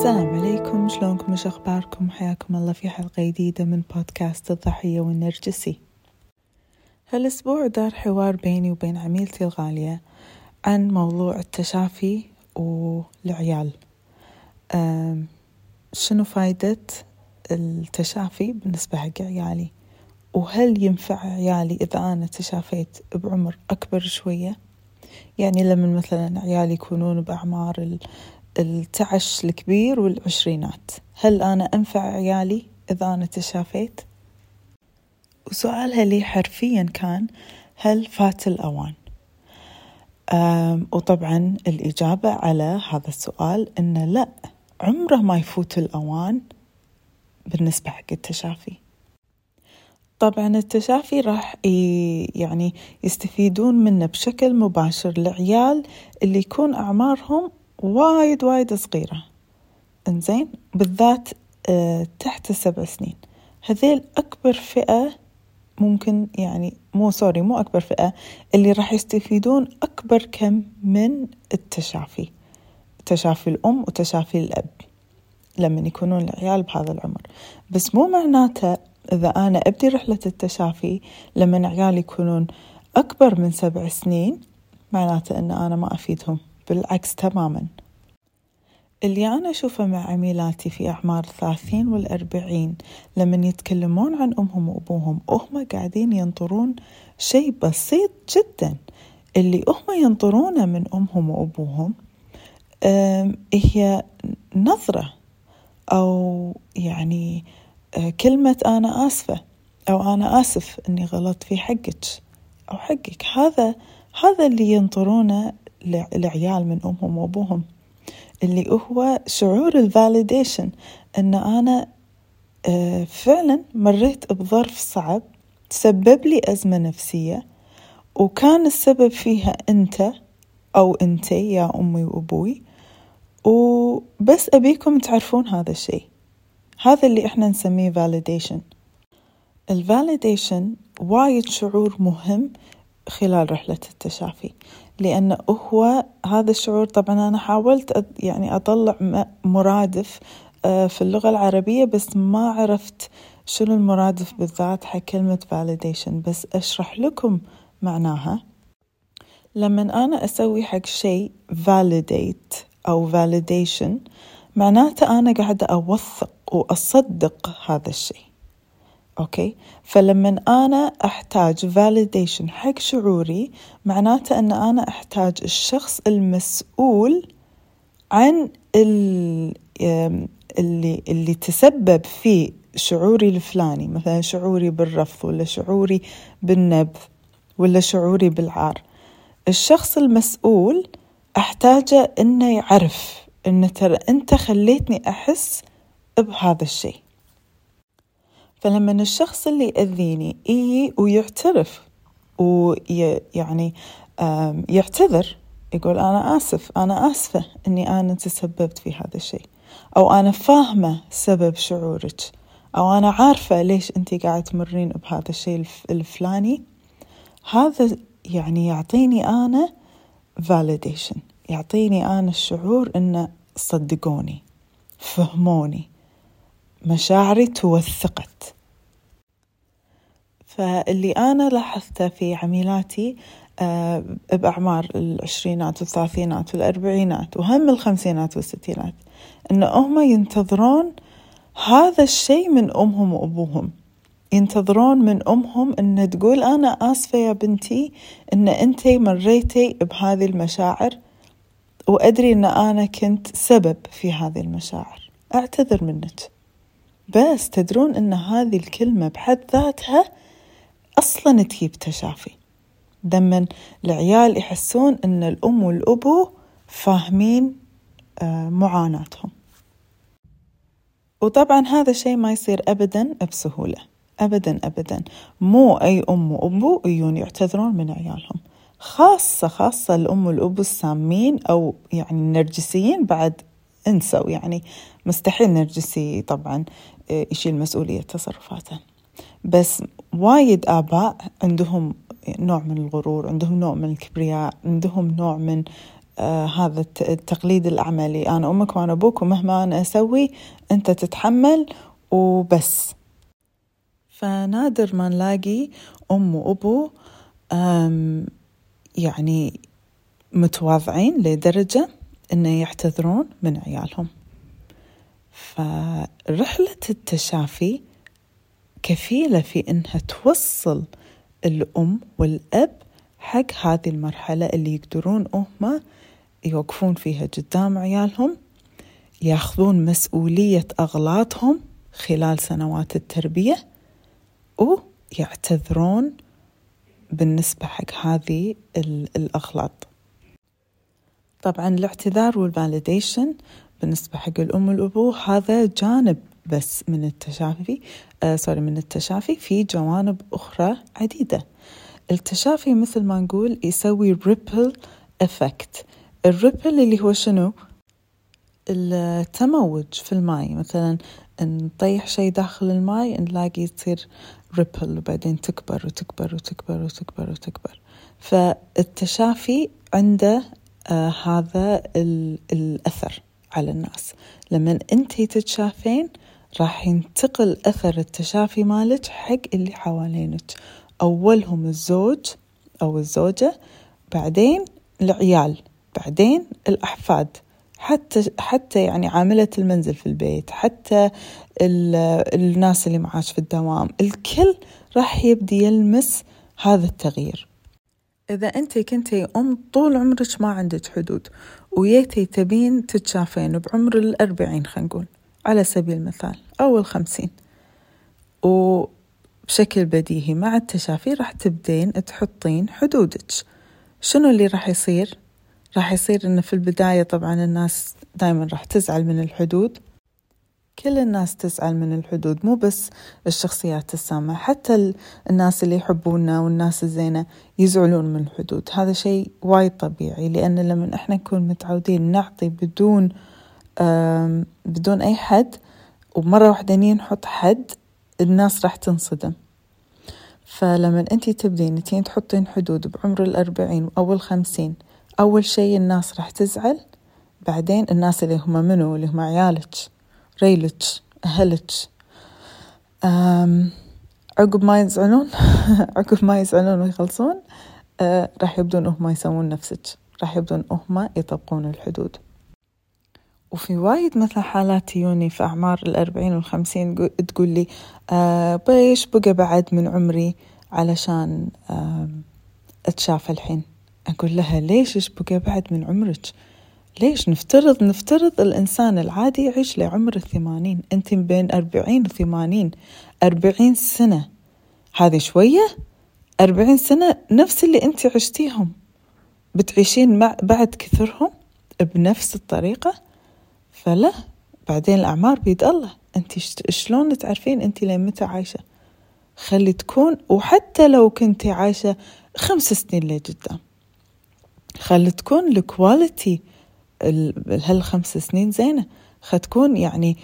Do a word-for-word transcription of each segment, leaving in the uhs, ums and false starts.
السلام عليكم، شلونكم؟ وش أخباركم؟ حياكم الله في حلقة جديدة من بودكاست الضحية والنرجسي. هالأسبوع دار حوار بيني وبين عميلتي الغالية عن موضوع التشافي والعيال. شنو فايدة التشافي بالنسبة حق عيالي؟ وهل ينفع عيالي إذا أنا تشافيت بعمر أكبر شوية؟ يعني لما مثلا عيالي يكونون بأعمار التعش الكبير والعشرينات، هل أنا أنفع عيالي إذا أنا تشافيت؟ وسؤالها لي حرفيا كان: هل فات الأوان؟ وطبعا الإجابة على هذا السؤال إن لا، عمره ما يفوت الأوان بالنسبة حق التشافي. طبعا التشافي راح يعني يستفيدون منه بشكل مباشر العيال اللي يكون أعمارهم وايد وايد صغيرة، إنزين، بالذات أه تحت السبع سنين. هذيل أكبر فئة ممكن، يعني مو سوري مو أكبر فئة، اللي راح يستفيدون أكبر كم من التشافي، تشافي الأم وتشافي الأب لما يكونون العيال بهذا العمر. بس مو معناته إذا أنا أبدي رحلة التشافي لما عيالي يكونون أكبر من سبع سنين معناته أن أنا ما أفيدهم، بالعكس تماما. اللي أنا أشوفه مع عميلاتي في أعمار الثلاثين والأربعين لما يتكلمون عن أمهم وأبوهم، هم قاعدين ينطرون شيء بسيط جدا. اللي هم ينطرونه من أمهم وأبوهم هي نظرة، أو يعني كلمة أنا آسفة، أو أنا آسف أني غلطت في حقك أو حقك. هذا هذا اللي ينطرونه العيال من أمهم وأبوهم، اللي هو شعور الفاليديشن، أن أنا فعلا مريت بظرف صعب سبب لي أزمة نفسية، وكان السبب فيها أنت أو أنتي يا أمي وأبوي، وبس أبيكم تعرفون هذا الشيء. هذا اللي إحنا نسميه validation. الفاليديشن وايد شعور مهم خلال رحلة التشافي، لأنه هو هذا الشعور. طبعا أنا حاولت يعني أطلع مرادف في اللغة العربية، بس ما عرفت شنو المرادف بالذات حق كلمة validation، بس أشرح لكم معناها. لما أنا أسوي حق شيء validate أو validation معناته أنا قاعدة أوثق وأصدق هذا الشيء، أوكي؟ فلما أنا أحتاج validation حق شعوري معناته أن أنا أحتاج الشخص المسؤول عن اللي اللي تسبب في شعوري الفلاني، مثلا شعوري بالرفض ولا شعوري بالنبذ ولا شعوري بالعار. الشخص المسؤول أحتاجه إنه يعرف إن ترى أنت خليتني أحس بهذا الشيء. فلما الشخص اللي يأذيني يجي ويعترف ويعني يعتذر، يقول أنا آسف، أنا آسفة إني أنا تسببت في هذا الشيء، أو أنا فاهمة سبب شعورك، أو أنا عارفة ليش أنتي قاعدة تمرين بهذا الشيء الفلاني. هذا يعني يعطيني أنا validation، يعطيني أنا الشعور إنه صدقوني، فهموني، مشاعري توثقت. فاللي أنا لاحظته في عميلاتي أه بأعمار العشرينات والثلاثينات والأربعينات وهم الخمسينات والستينات، إن هم ينتظرون هذا الشيء من أمهم وأبوهم. ينتظرون من أمهم إن تقول أنا آسفة يا بنتي إن أنتي مريتي بهذه المشاعر، وأدري إن أنا كنت سبب في هذه المشاعر، أعتذر منك. بس تدرون إن هذه الكلمة بحد ذاتها أصلاً تجيب تشافي. دمن العيال يحسون إن الأم والأبو فاهمين معاناتهم. وطبعاً هذا الشيء ما يصير أبداً بسهولة، أبداً أبداً. مو أي أم وأبو يجون يعتذرون من عيالهم، خاصة خاصة الأم والأبو السامين أو يعني النرجسيين بعد انسوا، يعني مستحيل نرجسي طبعاً يشيل مسؤولية تصرفاته. بس وايد آباء عندهم نوع من الغرور، عندهم نوع من الكبرياء، عندهم نوع من آه هذا التقليد الأعمى اللي أنا أمك وأنا أبوك ومهما أنا أسوي أنت تتحمل وبس. فنادر ما نلاقي أم وأبو يعني متواضعين لدرجة إنه يعتذرون من عيالهم. فرحلة التشافي كفيلة في إنها توصل الأم والأب حق هذه المرحلة اللي يقدرون هم يوقفون فيها قدام عيالهم، ياخذون مسؤولية أغلاطهم خلال سنوات التربية، ويعتذرون بالنسبة حق هذه الأغلاط. طبعا الاعتذار والفاليديشن بالنسبة حق الأم والأبو هذا جانب بس من التشافي آه سوري من التشافي في جوانب أخرى عديدة. التشافي مثل ما نقول يسوي ripple effect. الريبل اللي هو شنو؟ التموج في الماء، مثلا نطيح شيء داخل الماء نلاقي يصير ريبل وبعدين تكبر وتكبر وتكبر وتكبر وتكبر. فالتشافي عنده آه هذا الأثر على الناس. لما أنتي تتشافين راح ينتقل أثر التشافي مالك حق اللي حوالينك، أولهم الزوج أو الزوجة، بعدين العيال، بعدين الأحفاد، حتى حتى يعني عاملة المنزل في البيت، حتى الناس اللي معاش في الدوام، الكل راح يبدي يلمس هذا التغيير. إذا أنت كنتي أم طول عمرك ما عندك حدود وياتي تبين تتشافين بعمر الأربعين خلينا نقول على سبيل المثال أو الخمسين، وبشكل بديهي مع التشافي راح تبدين تحطين حدودك. شنو اللي راح يصير؟ راح يصير إن في البداية طبعا الناس دايما راح تزعل من الحدود، كل الناس تزعل من الحدود، مو بس الشخصيات السامة، حتى الناس اللي يحبوننا والناس الزينة يزعلون من الحدود. هذا شيء وايد طبيعي، لأن لما إحنا نكون متعودين نعطي بدون بدون أي حد ومرة واحدة نحط حد، الناس راح تنصدم. فلما أنتي تبدين تين تحطين حدود بعمر الأربعين أو الخمسين، أول شيء الناس راح تزعل، بعدين الناس اللي هم منو اللي هم عيالك ريلك أهلك عقب ما يزعلون عقب ما يزعلون ويخلصون أه راح يبدون هم يسوون نفسك، راح يبدون هم يطبقون الحدود. وفي وايد مثل حالات يوني في أعمار الأربعين والخمسين تقول لي أه بيش بقى بعد من عمري علشان أه أتشافى الحين. أقول لها ليش إيش بقى بعد من عمرك؟ ليش نفترض نفترض الإنسان العادي يعيش لعمر الثمانين، أنت بين أربعين وثمانين، أربعين سنة، هذه شوية؟ أربعين سنة نفس اللي أنت عشتيهم بتعيشين مع بعد كثرهم بنفس الطريقة؟ فلا، بعدين الأعمار بيد الله، أنت شلون تعرفين أنت لين متى عايشة؟ خلي تكون، وحتى لو كنت عايشة خمس سنين لقدام خلي تكون الكواليتي هالخمس سنين زينة، خد تكون يعني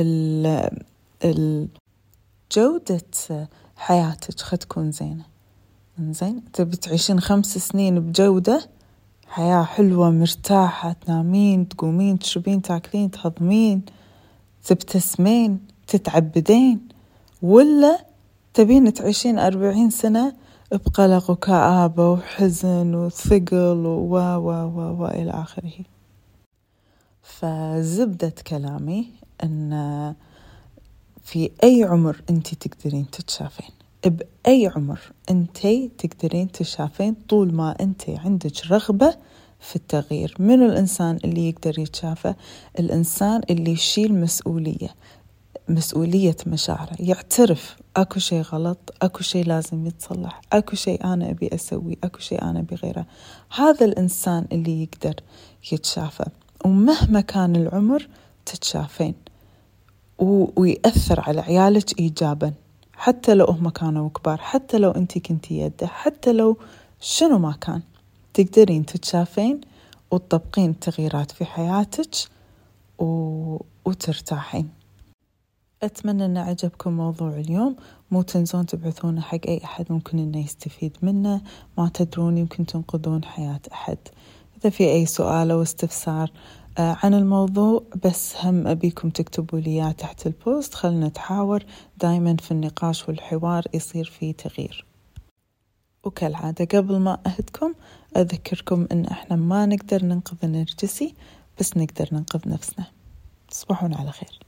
جودة حياتك خد تكون زينة. زين، تبي تعيشين خمس سنين بجودة حياة حلوة مرتاحة، تنامين تقومين تشربين تاكلين تهضمين تبتسمين تتعبدين، ولا تبين تعيشين أربعين سنة بقلق وكآبة وحزن وثقل و و و و إلى آخره؟ فزبدة كلامي أن في أي عمر أنت تقدرين تتشافين، بأي عمر أنت تقدرين تتشافين، طول ما أنت عندك رغبة في التغيير. منو الإنسان اللي يقدر يتشافى؟ الإنسان اللي يشيل مسؤولية مسؤولية مشاعره، يعترف أكو شيء غلط، أكو شيء لازم يتصلح، أكو شيء أنا أبي أسوي، أكو شيء أنا أبي غيره. هذا الإنسان اللي يقدر يتشافى، ومهما كان العمر تتشافين ويأثر على عيالك إيجابا، حتى لو هم كانوا كبار، حتى لو أنتي كنتي يده، حتى لو شنو ما كان، تقدرين تتشافين وتطبقين تغييرات في حياتك و... وترتاحين. أتمنى أن عجبكم موضوع اليوم. مو تنسون تبعثونه حق أي أحد ممكن أنه يستفيد منه، ما تدرون يمكن تنقذون حياة أحد. إذا في أي سؤال أو استفسار عن الموضوع بس هم أبيكم تكتبوا لي إياه تحت البوست، خلنا نتحاور دايما في النقاش والحوار يصير فيه تغيير. وكالعادة قبل ما أهدكم أذكركم إن إحنا ما نقدر ننقذ النرجسي، بس نقدر ننقذ نفسنا. تصبحون على خير.